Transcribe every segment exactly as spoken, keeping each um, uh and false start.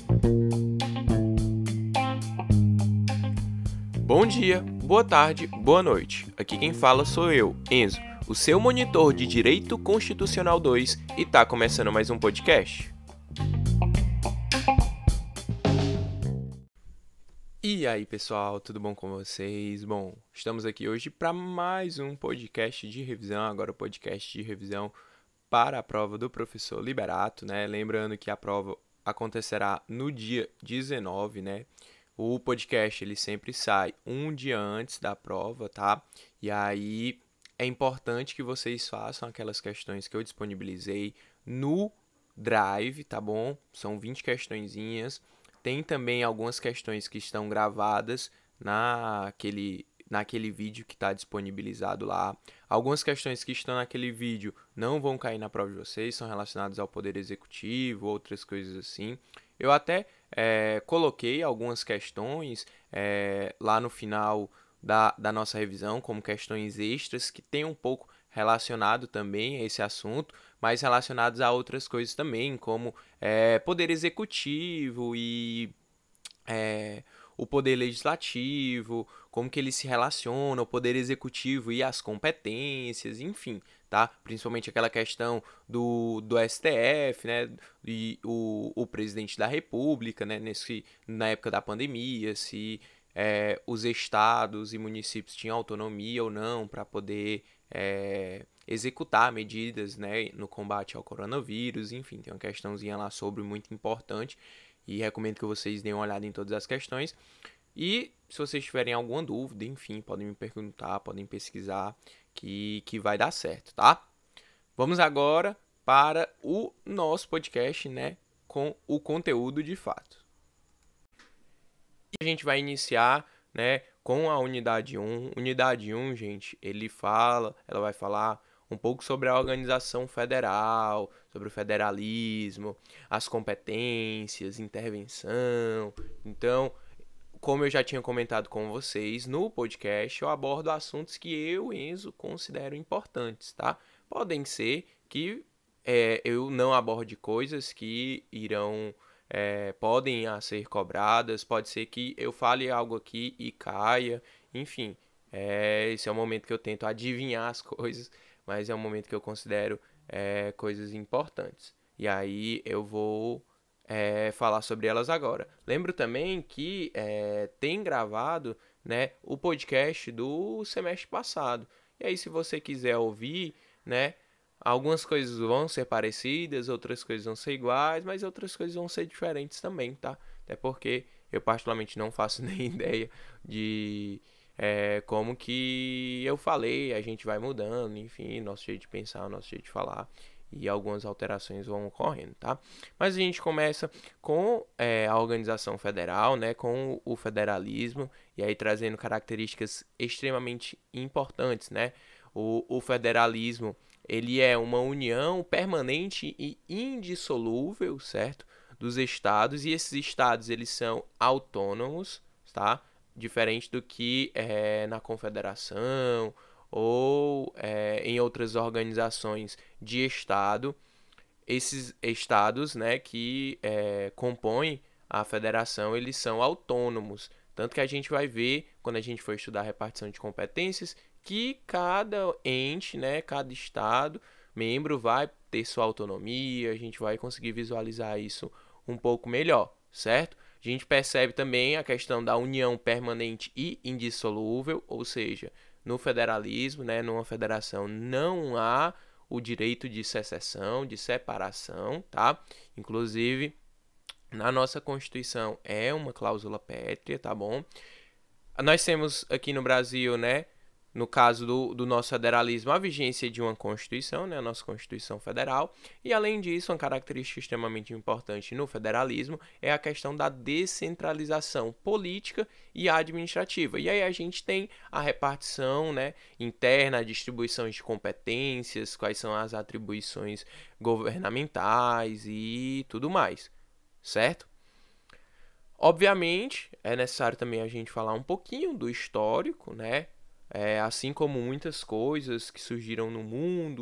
Bom dia, boa tarde, boa noite. Aqui quem fala sou eu, Enzo, o seu monitor de Direito Constitucional dois, e tá começando mais um podcast. E aí, pessoal, tudo bom com vocês? Bom, estamos aqui hoje para mais um podcast de revisão, agora o podcast de revisão para a prova do professor Liberato, né? Lembrando que a prova acontecerá no dia dezenove, né? O podcast, ele sempre sai um dia antes da prova, tá? E aí é importante que vocês façam aquelas questões que eu disponibilizei no Drive, tá bom? São vinte questõezinhas. Tem também algumas questões que estão gravadas naquele, naquele vídeo que está disponibilizado lá. Algumas questões que estão naquele vídeo não vão cair na prova de vocês, são relacionadas ao Poder Executivo, outras coisas assim. Eu até é, coloquei algumas questões é, lá no final da, da nossa revisão, como questões extras, que tem um pouco relacionado também a esse assunto, mas relacionados a outras coisas também, como é, Poder Executivo e é, o Poder Legislativo, como que eles se relacionam, o Poder Executivo e as competências, enfim, tá? Principalmente aquela questão do, do S T F, né? E o, o presidente da República, né? Nesse, na época da pandemia, se é, os estados e municípios tinham autonomia ou não para poder é, executar medidas, né, no combate ao coronavírus, enfim, tem uma questãozinha lá sobre muito importante e recomendo que vocês deem uma olhada em todas as questões. E se vocês tiverem alguma dúvida, enfim, podem me perguntar, podem pesquisar, que, que vai dar certo, tá? Vamos agora para o nosso podcast, né, com o conteúdo de fato. E a gente vai iniciar, né, com a unidade um. Unidade um, gente, ele fala, ela vai falar um pouco sobre a organização federal, sobre o federalismo, as competências, intervenção. Então, como eu já tinha comentado com vocês no podcast, eu abordo assuntos que eu, Enzo, considero importantes, tá? Podem ser que é, eu não aborde coisas que irão, é, podem a ser cobradas, pode ser que eu fale algo aqui e caia, enfim. É, esse é o momento que eu tento adivinhar as coisas, mas é um momento que eu considero é, coisas importantes. E aí eu vou é, falar sobre elas agora. Lembro também que é, tem gravado, né, o podcast do semestre passado. E aí, se você quiser ouvir, né, algumas coisas vão ser parecidas, outras coisas vão ser iguais, mas outras coisas vão ser diferentes também, tá? Até porque eu particularmente não faço nem ideia de é, como que eu falei, a gente vai mudando, enfim, nosso jeito de pensar, nosso jeito de falar, e algumas alterações vão ocorrendo, tá? Mas a gente começa com é, a organização federal, né, com o federalismo, e aí trazendo características extremamente importantes, né? O, o federalismo, ele é uma união permanente e indissolúvel, certo? Dos estados, e esses estados, eles são autônomos, tá? Diferente do que é, na confederação ou é, em outras organizações de estado. Esses estados, né, que é, compõem a federação, eles são autônomos. Tanto que a gente vai ver, quando a gente for estudar a repartição de competências, que cada ente, né, cada estado membro vai ter sua autonomia, a gente vai conseguir visualizar isso um pouco melhor, certo? A gente percebe também a questão da união permanente e indissolúvel, ou seja, no federalismo, né, numa federação, não há o direito de secessão, de separação, tá? Inclusive, na nossa Constituição é uma cláusula pétrea, tá bom? Nós temos aqui no Brasil, né, no caso do, do nosso federalismo, a vigência de uma Constituição, né, a nossa Constituição Federal, e além disso, uma característica extremamente importante no federalismo é a questão da descentralização política e administrativa. E aí a gente tem a repartição, né, interna, a distribuição de competências, quais são as atribuições governamentais e tudo mais, certo? Obviamente, é necessário também a gente falar um pouquinho do histórico, né? É, assim como muitas coisas que surgiram no mundo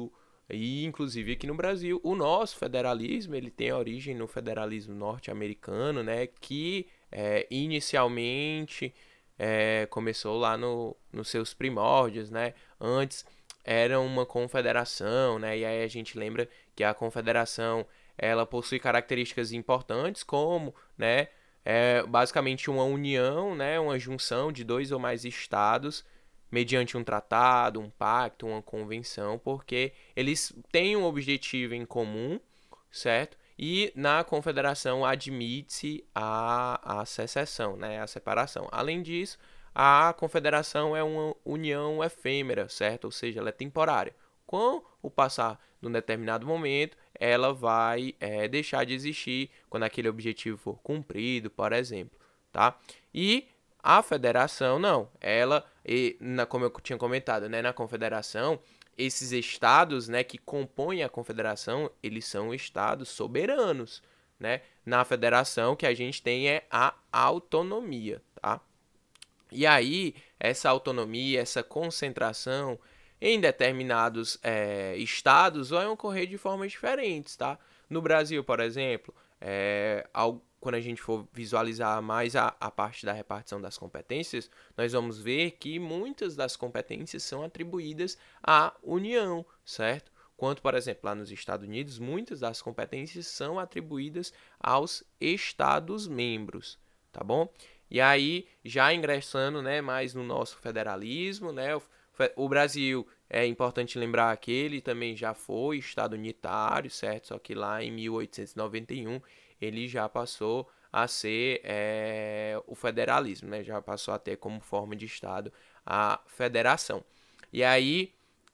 E, inclusive, aqui no Brasil, o nosso federalismo, ele tem origem no federalismo norte-americano, né, que é, inicialmente é, começou lá no, nos seus primórdios, né, antes era uma confederação, né, e aí a gente lembra que a confederação, ela possui características importantes como, né, é basicamente uma união, né, uma junção de dois ou mais estados mediante um tratado, um pacto, uma convenção, porque eles têm um objetivo em comum, certo? E na confederação admite-se a, a secessão, né? A separação. Além disso, a confederação é uma união efêmera, certo? Ou seja, ela é temporária. Com o passar de um determinado momento, ela vai é, deixar de existir quando aquele objetivo for cumprido, por exemplo, tá? E a federação, não. Ela, e, na, como eu tinha comentado, né, na confederação, esses estados, né, que compõem a confederação, eles são estados soberanos, né? Na federação, o que a gente tem é a autonomia, tá? E aí, essa autonomia, essa concentração em determinados é, estados vai ocorrer de formas diferentes, tá? No Brasil, por exemplo, é, ao, quando a gente for visualizar mais a, a parte da repartição das competências, nós vamos ver que muitas das competências são atribuídas à União, certo? Quanto, por exemplo, lá nos Estados Unidos, muitas das competências são atribuídas aos Estados-membros, tá bom? E aí, já ingressando, né, mais no nosso federalismo, né, o, o Brasil, é importante lembrar que ele também já foi Estado unitário, certo? Só que lá em mil oitocentos e noventa e um ele já passou a ser é, o federalismo, né? Já passou a ter como forma de Estado a federação. E aí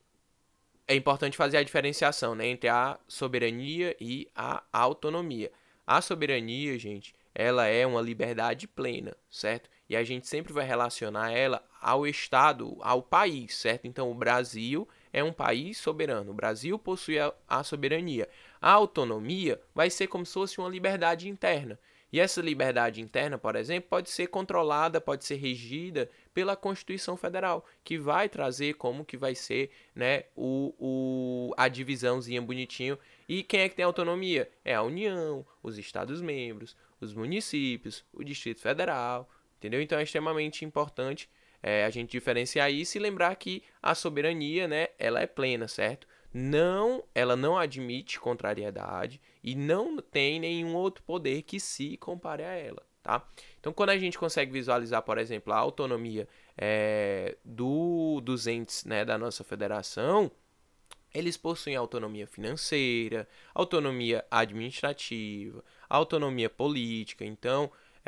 é importante fazer a diferenciação, né, entre a soberania e a autonomia. A soberania, gente, ela é uma liberdade plena, certo? E a gente sempre vai relacionar ela ao Estado, ao país, certo? Então, o Brasil é um país soberano. O Brasil possui a, a soberania. A autonomia vai ser como se fosse uma liberdade interna. E essa liberdade interna, por exemplo, pode ser controlada, pode ser regida pela Constituição Federal, que vai trazer como que vai ser, né, o, o, a divisãozinha bonitinho. E quem é que tem autonomia? É a União, os Estados-membros, os municípios, o Distrito Federal, entendeu? Então é extremamente importante é, a gente diferenciar isso e lembrar que a soberania, né, ela é plena, certo? Não, ela não admite contrariedade e não tem nenhum outro poder que se compare a ela, tá? Então, quando a gente consegue visualizar, por exemplo, a autonomia é, do, dos entes, né, da nossa federação, eles possuem autonomia financeira, autonomia administrativa, autonomia política. Então,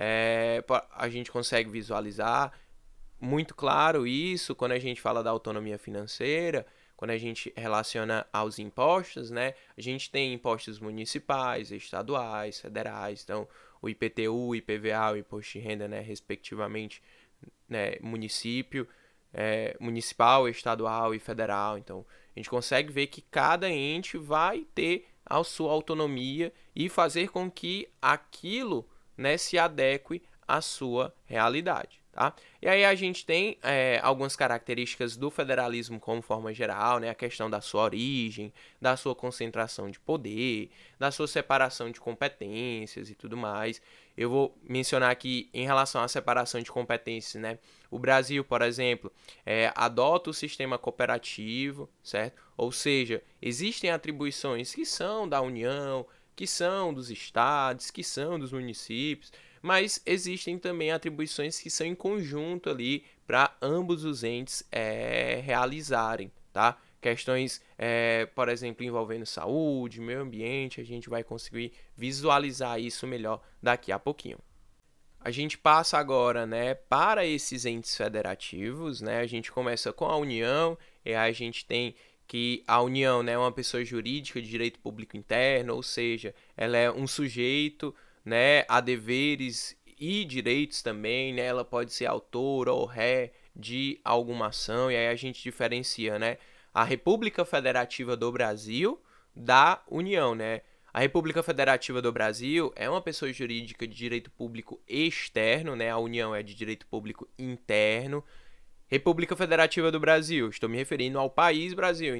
é, a gente consegue visualizar muito claro isso quando a gente fala da autonomia financeira. Quando a gente relaciona aos impostos, né? A gente tem impostos municipais, estaduais, federais. Então, o I P T U, o I P V A, o Imposto de Renda, né? Respectivamente, né? Município, é, municipal, estadual e federal. Então, a gente consegue ver que cada ente vai ter a sua autonomia e fazer com que aquilo, né, se adeque à sua realidade. Tá? E aí a gente tem é, algumas características do federalismo como forma geral, né? A questão da sua origem, da sua concentração de poder, da sua separação de competências e tudo mais. Eu vou mencionar aqui em relação à separação de competências, né? O Brasil, por exemplo, é, adota o sistema cooperativo, certo? Ou seja, existem atribuições que são da União, que são dos estados, que são dos municípios, mas existem também atribuições que são em conjunto ali para ambos os entes é, realizarem, tá? Questões, é, por exemplo, envolvendo saúde, meio ambiente, a gente vai conseguir visualizar isso melhor daqui a pouquinho. A gente passa agora, né, para esses entes federativos, né? A gente começa com a União, e aí a gente tem que a União, né, é uma pessoa jurídica de direito público interno, ou seja, ela é um sujeito, né, a deveres e direitos também, né? Ela pode ser autora ou ré de alguma ação, e aí a gente diferencia, né, a República Federativa do Brasil da União, né? A República Federativa do Brasil é uma pessoa jurídica de direito público externo, né? A União é de direito público interno. República Federativa do Brasil, estou me referindo ao país Brasil. Então,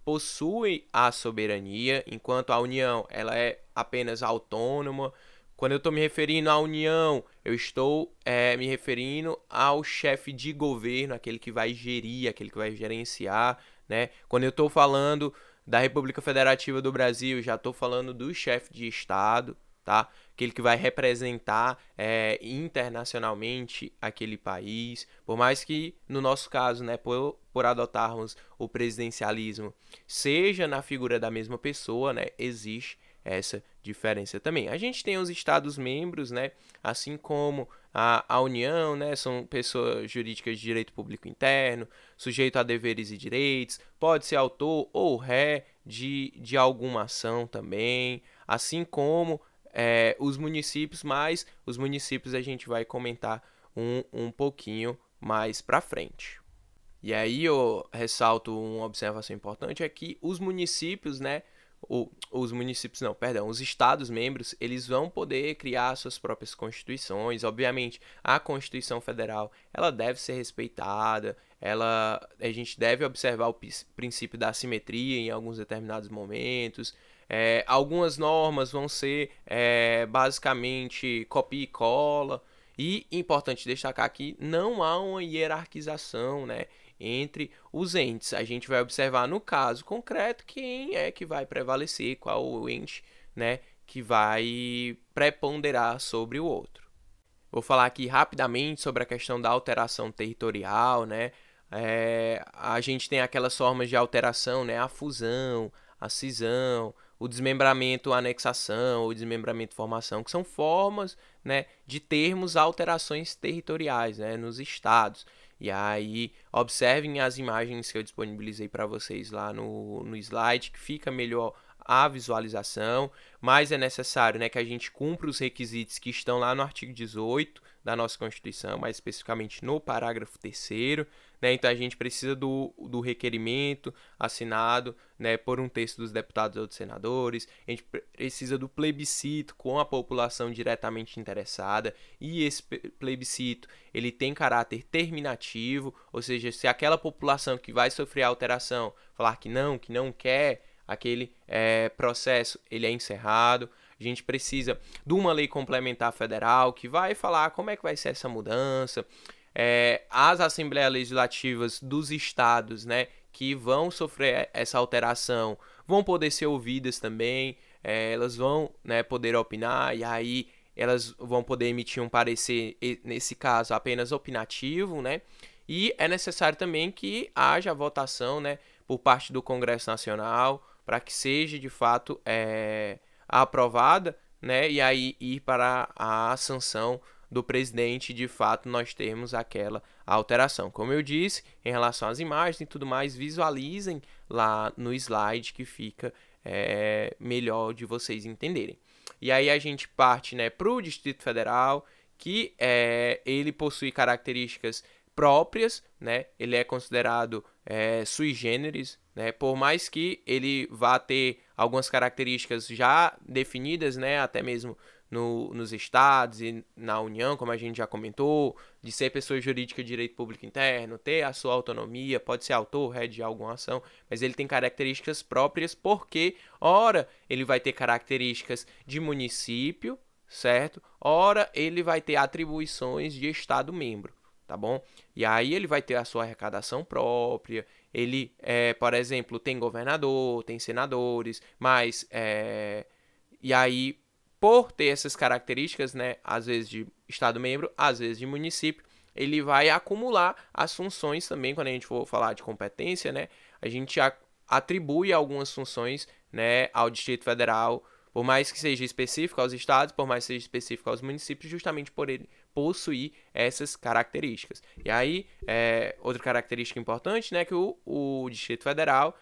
possui a soberania, enquanto a União ela é apenas autônoma. Quando eu estou me referindo à União, eu estou é, me referindo ao chefe de governo, aquele que vai gerir, aquele que vai gerenciar, né? Quando eu estou falando da República Federativa do Brasil, já estou falando do chefe de Estado, tá? Aquele que vai representar é, internacionalmente aquele país. Por mais que, no nosso caso, né, por, por adotarmos o presidencialismo, seja na figura da mesma pessoa, né, existe essa diferença também. A gente tem os Estados-membros, né, assim como a, a União, né, são pessoas jurídicas de direito público interno, sujeito a deveres e direitos, pode ser autor ou ré de, de alguma ação também, assim como é, os municípios, mas os municípios a gente vai comentar um, um pouquinho mais para frente. E aí eu ressalto uma observação importante, é que os municípios, né, o, os municípios não, perdão, os estados-membros, eles vão poder criar suas próprias constituições. Obviamente, a Constituição Federal, ela deve ser respeitada, ela, a gente deve observar o princípio da simetria em alguns determinados momentos. É, algumas normas vão ser é, basicamente copia e cola. E importante destacar que não há uma hierarquização, né, entre os entes. A gente vai observar no caso concreto quem é que vai prevalecer, qual o ente, né, que vai preponderar sobre o outro. Vou falar aqui rapidamente sobre a questão da alteração territorial, né? É, a gente tem aquelas formas de alteração, né? A fusão, a cisão, o desmembramento, a anexação, o desmembramento, formação, que são formas, né, de termos alterações territoriais, né, nos estados. E aí, observem as imagens que eu disponibilizei para vocês lá no, no slide, que fica melhor a visualização, mas é necessário, né, que a gente cumpra os requisitos que estão lá no artigo dezoito da nossa Constituição, mais especificamente no parágrafo terceiro, né, então a gente precisa do, do requerimento assinado, né, por um terço dos deputados ou dos senadores, a gente precisa do plebiscito com a população diretamente interessada, e esse plebiscito ele tem caráter terminativo, ou seja, se aquela população que vai sofrer a alteração falar que não, que não quer, aquele é, processo ele é encerrado. A gente precisa de uma lei complementar federal que vai falar como é que vai ser essa mudança. É, as assembleias legislativas dos estados, né, que vão sofrer essa alteração vão poder ser ouvidas também. É, elas vão, né, poder opinar e aí elas vão poder emitir um parecer, nesse caso apenas opinativo, né? E é necessário também que haja votação, né, por parte do Congresso Nacional, para que seja de fato é, aprovada, né, e aí ir para a sanção do presidente, de fato nós termos aquela alteração. Como eu disse, em relação às imagens e tudo mais, visualizem lá no slide que fica é, melhor de vocês entenderem. E aí a gente parte, né, para o Distrito Federal, que é, ele possui características próprias, né? Ele é considerado é, sui generis, né? Por mais que ele vá ter algumas características já definidas, né? Até mesmo no, nos estados e na União, como a gente já comentou, de ser pessoa jurídica de direito público interno, ter a sua autonomia, pode ser autor, ré de alguma ação, mas ele tem características próprias porque, ora, ele vai ter características de município, certo? Ora, ele vai ter atribuições de estado-membro. Tá bom? E aí ele vai ter a sua arrecadação própria, ele, é, por exemplo, tem governador, tem senadores, mas, é, e aí, por ter essas características, né, às vezes de estado-membro, às vezes de município, ele vai acumular as funções também, quando a gente for falar de competência, né, a gente atribui algumas funções, né, ao Distrito Federal, por mais que seja específico aos estados, por mais que seja específico aos municípios, justamente por ele possuir essas características. E aí, é, outra característica importante, né, que o, o Distrito Federal,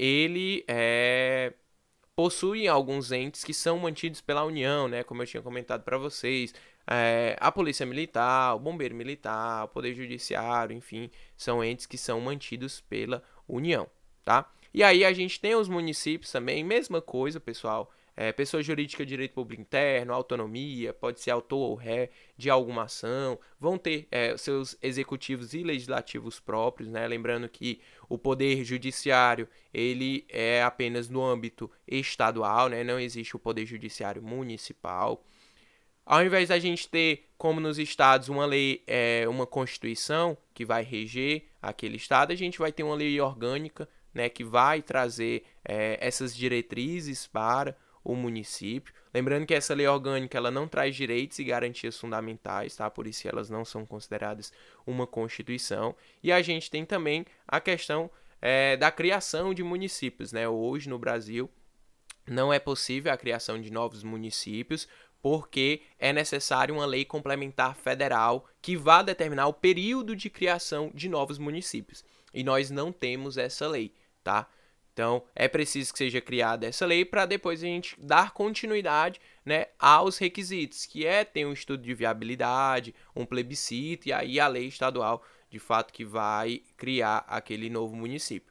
ele é, possui alguns entes que são mantidos pela União, né, como eu tinha comentado para vocês, é, a Polícia Militar, o Bombeiro Militar, o Poder Judiciário, enfim, são entes que são mantidos pela União, tá? E aí a gente tem os municípios também, mesma coisa, pessoal. é, pessoa jurídica, direito público interno, autonomia, pode ser autor ou ré de alguma ação, vão ter é, seus executivos e legislativos próprios, né? Lembrando que o poder judiciário ele é apenas no âmbito estadual, né? Não existe o poder judiciário municipal. Ao invés da gente ter, como nos estados, uma lei, é, uma constituição que vai reger aquele estado, a gente vai ter uma lei orgânica, né, que vai trazer é, essas diretrizes para o município. Lembrando que essa lei orgânica ela não traz direitos e garantias fundamentais, tá? Por isso elas não são consideradas uma constituição. E a gente tem também a questão é, da criação de municípios, né? Hoje no Brasil não é possível a criação de novos municípios, porque é necessário uma lei complementar federal que vá determinar o período de criação de novos municípios. E nós não temos essa lei, tá? Então, é preciso que seja criada essa lei para depois a gente dar continuidade, né, aos requisitos, que é ter um estudo de viabilidade, um plebiscito, e aí a lei estadual, de fato, que vai criar aquele novo município.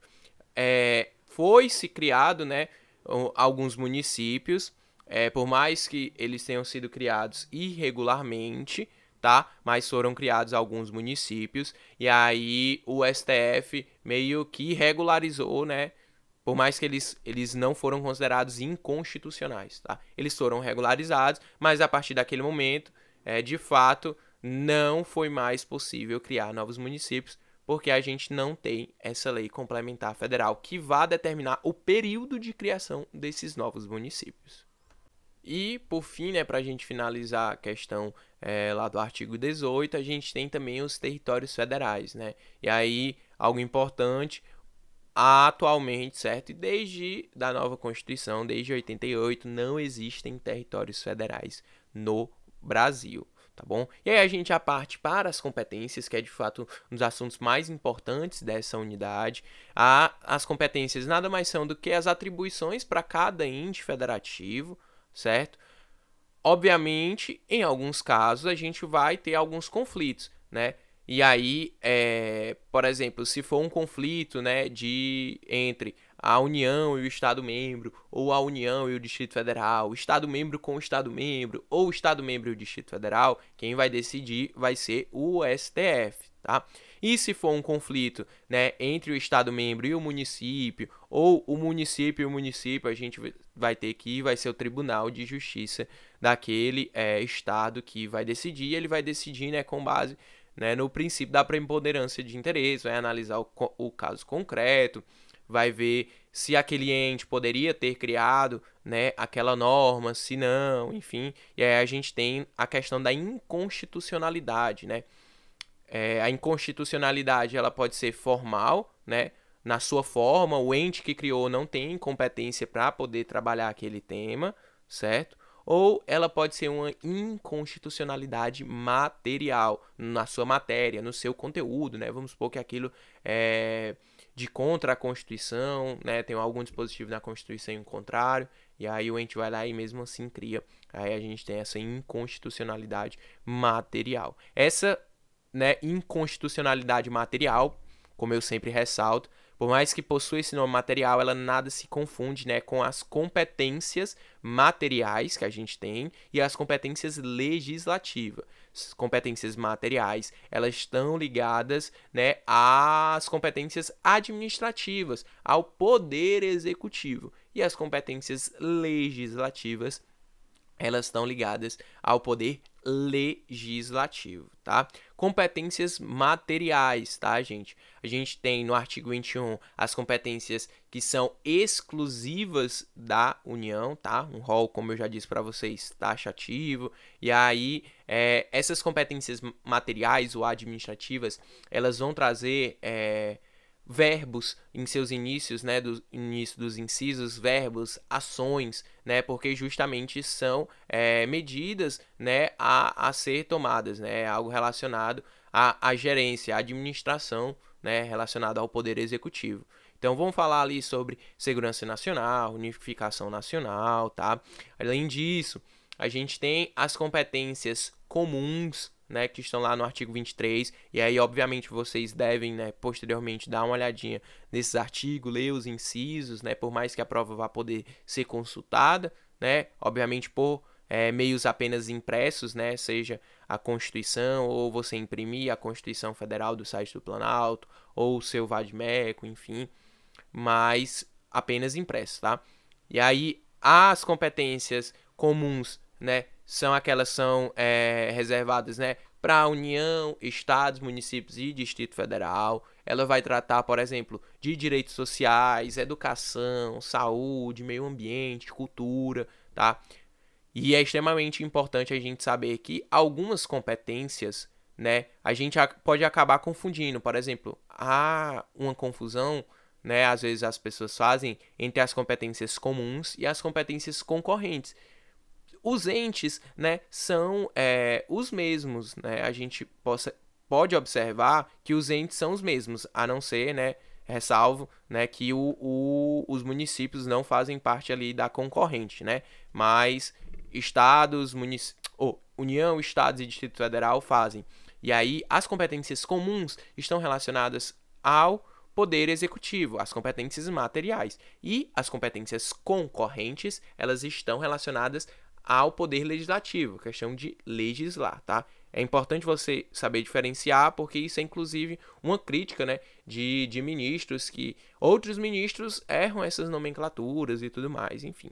É, foi-se criado, né, alguns municípios, é, por mais que eles tenham sido criados irregularmente, tá? Mas foram criados alguns municípios e aí o S T F meio que regularizou, né? Por mais que eles, eles não foram considerados inconstitucionais, tá? Eles foram regularizados, mas a partir daquele momento, é, de fato, não foi mais possível criar novos municípios, porque a gente não tem essa lei complementar federal que vá determinar o período de criação desses novos municípios. E, por fim, né, para a gente finalizar a questão é, lá do artigo dezoito, a gente tem também os territórios federais, né? E aí, algo importante, atualmente, certo? E desde da nova Constituição, desde oitenta e oito, não existem territórios federais no Brasil, tá bom? E aí a gente já parte para as competências, que é de fato um dos assuntos mais importantes dessa unidade. A, as competências nada mais são do que as atribuições para cada ente federativo, certo? Obviamente, em alguns casos, a gente vai ter alguns conflitos, né? E aí, é, por exemplo, se for um conflito, né, de, entre a União e o Estado-membro, ou a União e o Distrito Federal, o Estado-membro com o Estado-membro, ou o Estado-membro e o Distrito Federal, quem vai decidir vai ser o S T F, tá? E se for um conflito, né, entre o Estado-membro e o município, ou o município e o município, a gente vai ter que vai ser o Tribunal de Justiça daquele é, Estado que vai decidir, ele vai decidir, né, com base, né, no princípio da preponderância de interesse, vai analisar o, o caso concreto, vai ver se aquele ente poderia ter criado, né, aquela norma, se não, enfim. E aí a gente tem a questão da inconstitucionalidade, né? É, a inconstitucionalidade ela pode ser formal, né? Na sua forma, o ente que criou não tem competência para poder trabalhar aquele tema, certo? Ou ela pode ser uma inconstitucionalidade material, na sua matéria, no seu conteúdo, né? Vamos supor que aquilo é de contra a Constituição, né? Tem algum dispositivo na Constituição em contrário, e aí o ente vai lá e mesmo assim cria. Aí a gente tem essa inconstitucionalidade material. Essa, né, inconstitucionalidade material, como eu sempre ressalto, por mais que possua esse nome material, ela nada se confunde, né, com as competências materiais que a gente tem e as competências legislativas. As competências materiais, elas estão ligadas, né, às competências administrativas, ao poder executivo. E as competências legislativas, elas estão ligadas ao poder legislativo, tá? Competências materiais, tá, gente? A gente tem no artigo vinte e um as competências que são exclusivas da União, tá? Um rol, como eu já disse para vocês, taxativo. E aí, é, essas competências materiais ou administrativas, elas vão trazer é, verbos em seus inícios, né, do início dos incisos, verbos, ações, né, porque justamente são é, medidas, né, a, a ser tomadas, né, algo relacionado à, à gerência, à administração, né, relacionado ao poder executivo. Então vamos falar ali sobre segurança nacional, unificação nacional, tá? Além disso, a gente tem as competências comuns, né, que estão lá no artigo vinte e três, e aí obviamente vocês devem, né, posteriormente dar uma olhadinha nesses artigos, ler os incisos, né, por mais que a prova vá poder ser consultada, né, obviamente por é, meios apenas impressos, né, seja a Constituição, ou você imprimir a Constituição Federal do site do Planalto, ou o seu vade-mecum, enfim, mas apenas impresso, tá? E aí, as competências comuns, né, são aquelas que são é, reservadas, né, para a União, Estados, municípios e Distrito Federal. Ela vai tratar, por exemplo, de direitos sociais, educação, saúde, meio ambiente, cultura, tá? E é extremamente importante a gente saber que algumas competências, né, a gente pode acabar confundindo. Por exemplo, há uma confusão, né, às vezes as pessoas fazem entre as competências comuns e as competências concorrentes. Os entes, né, são é, os mesmos, né? A gente possa, pode observar que os entes são os mesmos, a não ser, né, ressalvo, né, que o, o, os municípios não fazem parte ali da concorrente, né? Mas estados, munic... oh, União, Estados e Distrito Federal fazem. E aí as competências comuns estão relacionadas ao poder executivo, as competências materiais. E as competências concorrentes, elas estão relacionadas ao poder legislativo, questão de legislar, tá? É importante você saber diferenciar, porque isso é inclusive uma crítica, né, de, de ministros, que outros ministros erram essas nomenclaturas e tudo mais, enfim.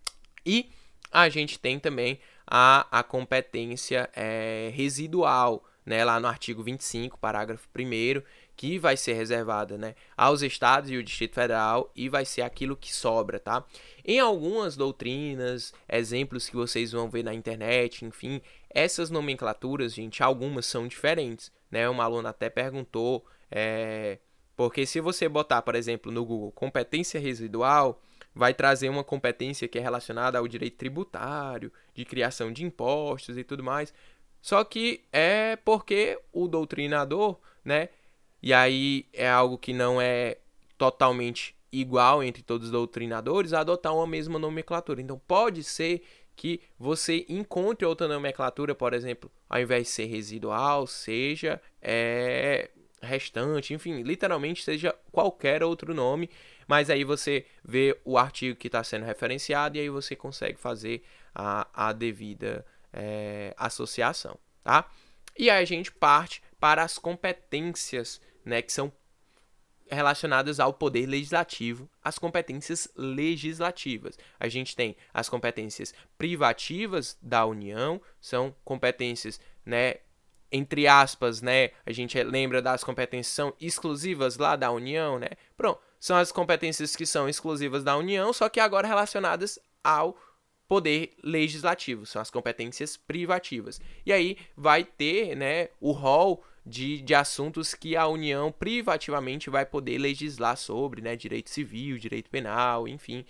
E a gente tem também a, a competência é, residual, né, lá no artigo vinte e cinco, parágrafo primeiro, que vai ser reservada, né, aos estados e o Distrito Federal, e vai ser aquilo que sobra, tá? Em algumas doutrinas, exemplos que vocês vão ver na internet, enfim, essas nomenclaturas, gente, algumas são diferentes, né? Uma aluna até perguntou, é, porque se você botar, por exemplo, no Google, competência residual, vai trazer uma competência que é relacionada ao direito tributário, de criação de impostos e tudo mais. Só que é porque o doutrinador, né, e aí é algo que não é totalmente igual entre todos os doutrinadores, adotar uma mesma nomenclatura. Então pode ser que você encontre outra nomenclatura, por exemplo, ao invés de ser residual, seja é, restante, enfim, literalmente seja qualquer outro nome, mas aí você vê o artigo que está sendo referenciado e aí você consegue fazer a, a devida é, associação, tá? E aí a gente parte para as competências, né, que são relacionadas ao poder legislativo, as competências legislativas. A gente tem as competências privativas da União, são competências, né, entre aspas, né, a gente lembra das competências que são exclusivas lá da União, né? Pronto, são as competências que são exclusivas da União, só que agora relacionadas ao poder legislativo, são as competências privativas. E aí vai ter, né, o rol de, de assuntos que a União privativamente vai poder legislar sobre, né, direito civil, direito penal, enfim.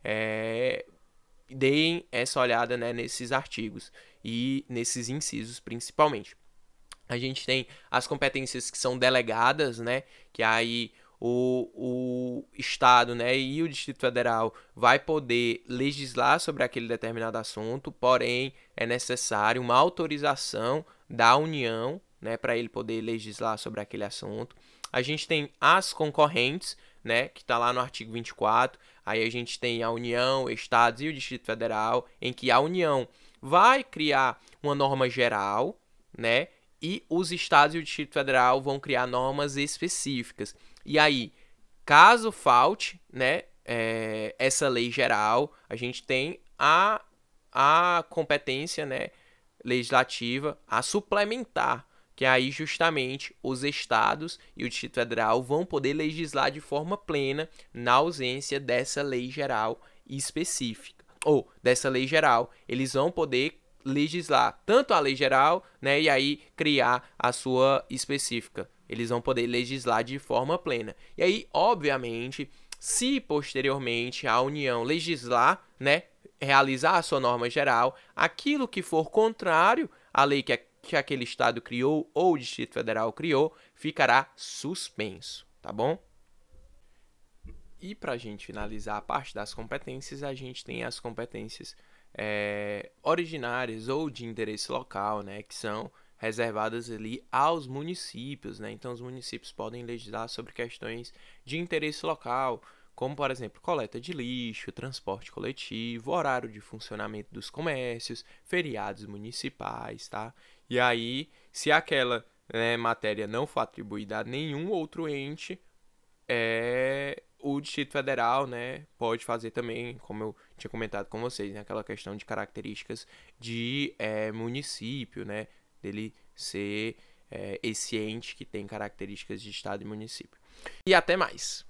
É, deem essa olhada, né, nesses artigos e nesses incisos principalmente. A gente tem as competências que são delegadas, né, que aí o, o Estado, né, e o Distrito Federal vai poder legislar sobre aquele determinado assunto, porém é necessário uma autorização da União, né, para ele poder legislar sobre aquele assunto. A gente tem as concorrentes, né, que está lá no artigo vinte e quatro, aí a gente tem a União, Estados e o Distrito Federal, em que a União vai criar uma norma geral, né, e os estados e o Distrito Federal vão criar normas específicas. E aí, caso falte, né, é, essa lei geral, a gente tem a, a competência, né, legislativa a suplementar, que aí justamente os estados e o Distrito Federal vão poder legislar de forma plena na ausência dessa lei geral específica. Ou dessa lei geral, eles vão poder legislar tanto a lei geral, né, e aí criar a sua específica. Eles vão poder legislar de forma plena. E aí, obviamente, se posteriormente a União legislar, né, realizar a sua norma geral, aquilo que for contrário à lei que, a, que aquele estado criou ou o Distrito Federal criou, ficará suspenso, tá bom? E para a gente finalizar a parte das competências, a gente tem as competências É, originárias ou de interesse local, né, que são reservadas ali aos municípios, né? Então os municípios podem legislar sobre questões de interesse local, como, por exemplo, coleta de lixo, transporte coletivo, horário de funcionamento dos comércios, feriados municipais, tá? E aí, se aquela, né, matéria não for atribuída a nenhum outro ente, é, o Distrito Federal, né, pode fazer também, como eu tinha comentado com vocês, né, aquela questão de características de é, município, né, dele ser é, esse ente que tem características de estado e município. E até mais.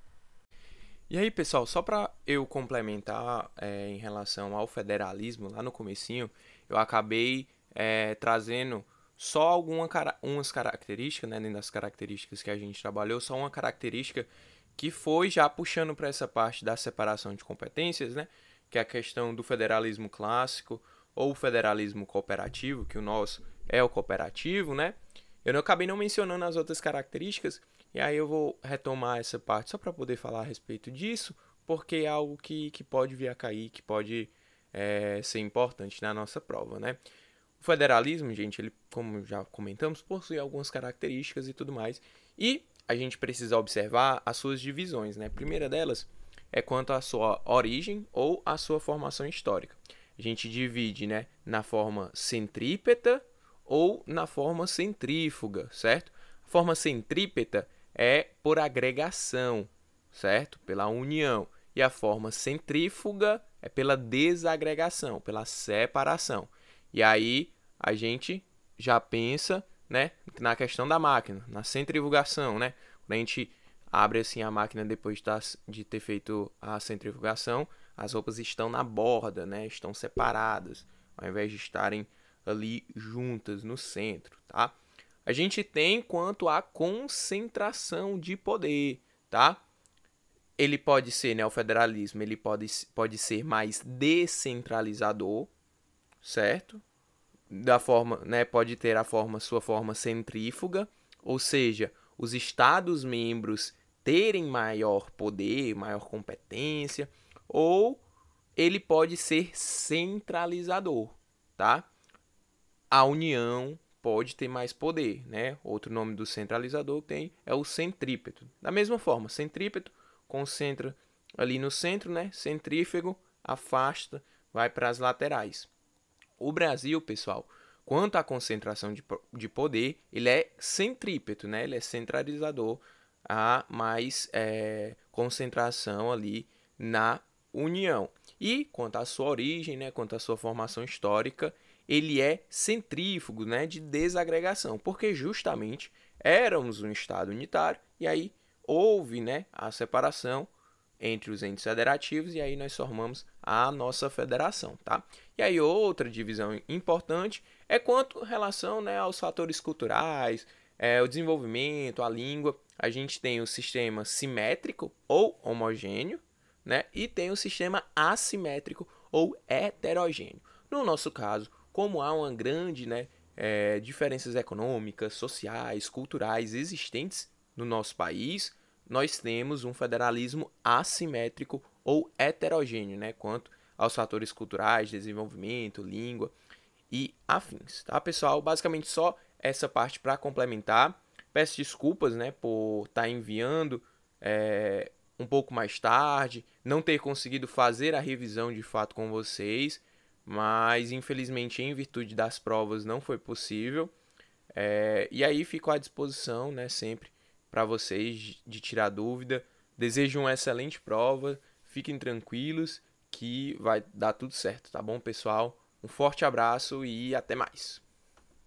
E aí, pessoal, só para eu complementar é, em relação ao federalismo, lá no comecinho, eu acabei é, trazendo só algumas umas características, né, dentro das características que a gente trabalhou, só uma característica que foi já puxando para essa parte da separação de competências, né, que é a questão do federalismo clássico ou federalismo cooperativo, que o nosso é o cooperativo, né? Eu não acabei não mencionando as outras características, e aí eu vou retomar essa parte só para poder falar a respeito disso, porque é algo que, que pode vir a cair, que pode é, ser importante na nossa prova, né? O federalismo, gente, ele, como já comentamos, possui algumas características e tudo mais, e a gente precisa observar as suas divisões, né? A primeira delas é quanto à sua origem ou à sua formação histórica. A gente divide, né, na forma centrípeta ou na forma centrífuga, certo? A forma centrípeta é por agregação, certo? Pela união. E a forma centrífuga é pela desagregação, pela separação. E aí a gente já pensa, né, na questão da máquina, na centrifugação, né? Quando a gente abre assim a máquina depois de ter feito a centrifugação, as roupas estão na borda, né? Estão separadas, ao invés de estarem ali juntas no centro, tá? A gente tem quanto à concentração de poder, tá? Ele pode ser, né, o federalismo, ele pode, pode ser mais descentralizador, certo? Da forma, né, pode ter a forma, sua forma centrífuga, ou seja, os estados membros terem maior poder, maior competência, ou ele pode ser centralizador, tá? A união pode ter mais poder, né? Outro nome do centralizador que tem é o centrípeto. Da mesma forma, centrípeto concentra ali no centro, né? Centrífugo afasta, vai para as laterais. O Brasil, pessoal, quanto à concentração de, de poder, ele é centrípeto, né? Ele é centralizador, há mais é, concentração ali na união. E quanto à sua origem, né? Quanto à sua formação histórica, ele é centrífugo, né? De desagregação, porque justamente éramos um estado unitário e aí houve, né, a separação entre os entes federativos e aí nós formamos a nossa federação, tá? E aí outra divisão importante é quanto relação, né, aos fatores culturais, é, o desenvolvimento, a língua. A gente tem o sistema simétrico ou homogêneo, né? E tem o sistema assimétrico ou heterogêneo. No nosso caso, como há uma grande, né, é, diferenças econômicas, sociais, culturais existentes no nosso país, nós temos um federalismo assimétrico ou heterogêneo, né, quanto aos fatores culturais, desenvolvimento, língua e afins, tá, pessoal? Basicamente só essa parte para complementar. Peço desculpas, né, por estar tá enviando é, um pouco mais tarde, não ter conseguido fazer a revisão de fato com vocês, mas infelizmente em virtude das provas não foi possível. É, e aí fico à disposição, né, sempre para vocês de tirar dúvida. Desejo uma excelente prova, fiquem tranquilos que vai dar tudo certo, tá bom, pessoal? Um forte abraço e até mais!